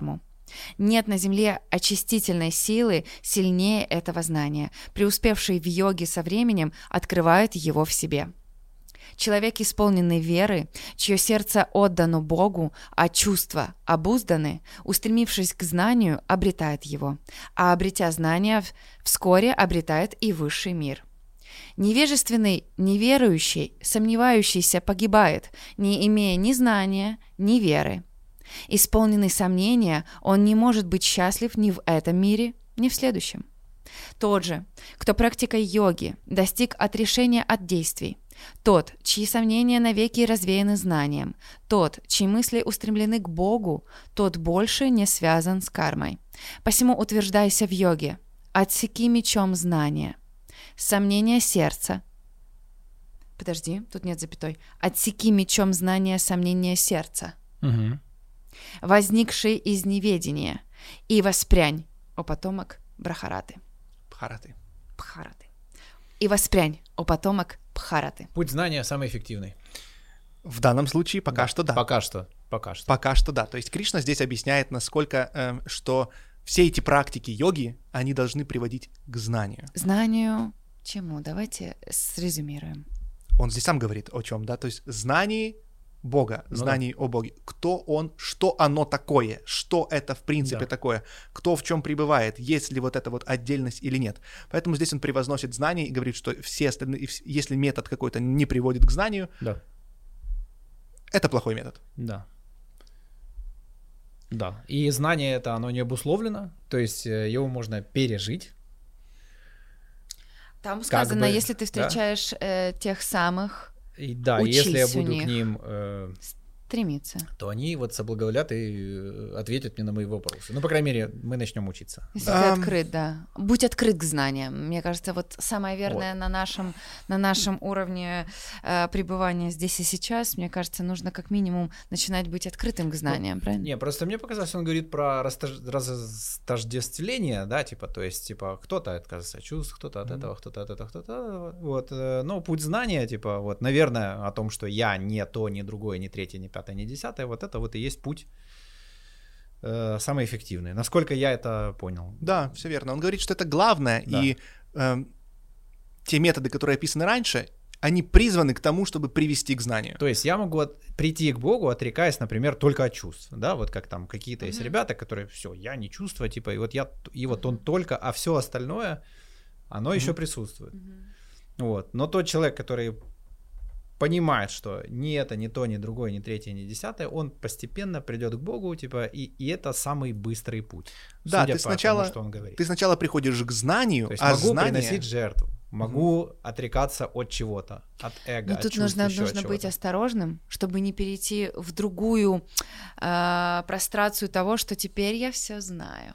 Нет на земле очистительной силы сильнее этого знания. Преуспевший в йоге со временем открывает его в себе. Человек, исполненный веры, чье сердце отдано Богу, а чувства обузданы, устремившись к знанию, обретает его, а обретя знания, вскоре обретает и высший мир. Невежественный, неверующий, сомневающийся погибает, не имея ни знания, ни веры. Исполненный сомнения, он не может быть счастлив ни в этом мире, ни в следующем. Тот же, кто практикой йоги достиг отрешения от действий, тот, чьи сомнения навеки развеяны знанием, тот, чьи мысли устремлены к Богу, тот больше не связан с кармой. Посему утверждайся в йоге, отсеки мечом знания. Сомнения сердца. Подожди, тут нет запятой. Отсеки мечом знания сомнения сердца. Угу. Возникшие из неведения, и воспрянь, о потомок Брахараты. Бхараты. Бхараты. И воспрянь, о потомок Бхараты. Путь знания самый эффективный. В данном случае пока Да, что да. Пока что. Пока что. Пока что да. То есть Кришна здесь объясняет, насколько, э, что все эти практики йоги, они должны приводить к знанию. Знанию чему? Давайте срезюмируем. Он здесь сам говорит о чем, да? То есть знании Бога, Ну знаний о Боге. Кто он, что оно такое, что это в принципе Да. такое, кто в чем пребывает, есть ли вот эта вот отдельность или нет. Поэтому здесь он превозносит знания и говорит, что все остальные, и вс- если метод какой-то не приводит к знанию, Да. это плохой метод. Да. Да. И знание это, оно не обусловлено, то есть э, его можно пережить. Там сказано, бы, если ты да. встречаешь э, тех самых, И да, и Учись если я у буду них. к ним, э, стремиться. то они вот соблаговолят и э, ответят мне на мои вопросы. Ну, по крайней мере, мы начнем учиться. Если ты Ам. открыт, да. Будь открыт к знаниям. Мне кажется, вот самое верное на нашем, на нашем уровне э, пребывания здесь и сейчас, мне кажется, нужно как минимум начинать быть открытым к знаниям, правильно? Не, просто мне показалось, он говорит про растож- растождествление, да, типа, то есть, типа, кто-то отказывается от чувств, кто-то от Мгм. этого, кто-то от этого, кто-то от этого, вот, э, но путь знания, типа, вот, наверное, о том, что я не то, ни другое, ни третье, ни пятое, ни десятое, вот это вот и есть путь э, самый эффективный, насколько я это понял. Да, все верно. Он говорит, что это главное, Да. и эм, те методы, которые описаны раньше, они призваны к тому, чтобы привести к знанию. То есть я могу от- прийти к Богу, отрекаясь, например, только от чувств, да, вот как там какие-то есть Мгм. ребята, которые, все, я не чувствую, типа, и вот я, и вот он только, а все остальное, оно еще Мгм. присутствует. Мгм. Вот. Но тот человек, который понимает, что ни это, ни то, ни другое, ни третье, ни десятое, он постепенно придет к Богу, типа, и, и это самый быстрый путь. Да, судя ты по сначала- тому, что он говорит. Ты сначала приходишь к знанию, То есть а могу знание... приносить жертву, могу отрекаться от чего-то, от эго, Но от тут чувств, нужно, еще от нужно быть чего-то. осторожным, чтобы не перейти в другую э, прострацию того, что теперь я все знаю.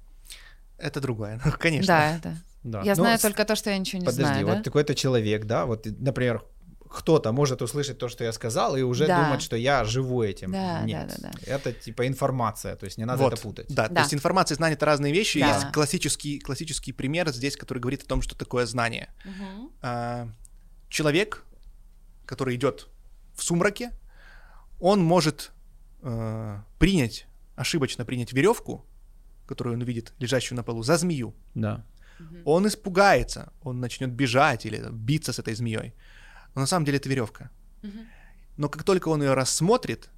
Это другое, ну, конечно. Да, да. Да. Я Ну, знаю с- только то, что я ничего не Подожди, знаю, вот да? какой-то человек, да, вот, например, кто-то может услышать то, что я сказал, и уже Да. думать, что я живу этим. Да, Нет, да, да, это типа информация, то есть не надо Вот, это путать. Да, Да. то есть информация и знание — это разные вещи. Да. Есть классический, классический пример здесь, который говорит о том, что такое знание. Мгм. А, человек, который идет в сумраке, он может э, принять, ошибочно принять веревку, которую он увидит, лежащую на полу, за змею. Да. Мгм. Он испугается, он начнет бежать или там, биться с этой змеей. Но на самом деле это веревка. Мгм. Но как только он ее рассмотрит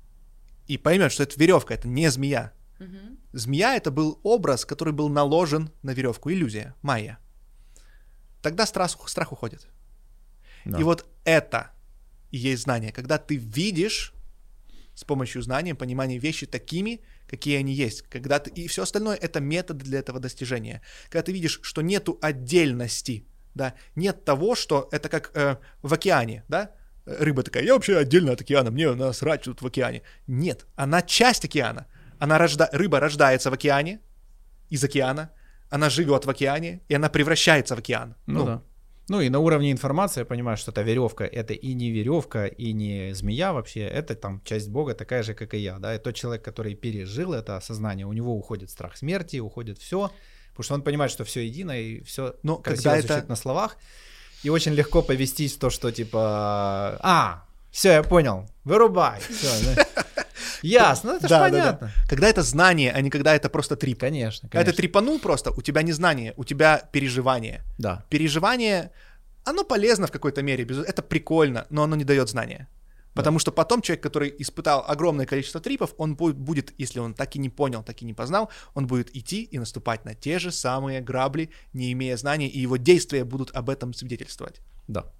и поймет, что это веревка, это не змея. Мгм. Змея — это был образ, который был наложен на веревку, иллюзия, майя. Тогда страх, страх уходит. Да. И вот это и есть знание, когда ты видишь с помощью знания, понимания вещи такими, какие они есть. Когда ты... И все остальное — это метод для этого достижения. Когда ты видишь, что нету отдельности, да, нет того, что это как э, в океане, да, рыба такая, я вообще отдельно от океана, мне насрать тут в океане. Нет, она часть океана. Она рожда... Рыба рождается в океане, из океана, она живет в океане, и она превращается в океан. Ну, да. Ну и на уровне информации я понимаю, что эта веревка это и не веревка, и не змея вообще, это там часть Бога такая же, как и я, да, и тот человек, который пережил это осознание, у него уходит страх смерти, уходит все, потому что он понимает, что все едино и все Но красиво когда звучит это- на словах, и очень легко повестись в то, что типа, а, все, я понял, вырубай, все, Ясно, это же Да, да, да. понятно. Когда это знание, а не когда это просто трип. Конечно, Когда ты конечно. трипанул просто, у тебя не знание, у тебя переживание. Да. Переживание, оно полезно в какой-то мере, без- это прикольно, но оно не дает знания. Потому что потом человек, который испытал огромное количество трипов, он бу- будет, если он так и не понял, так и не познал, он будет идти и наступать на те же самые грабли, не имея знаний, и его действия будут об этом свидетельствовать. Да.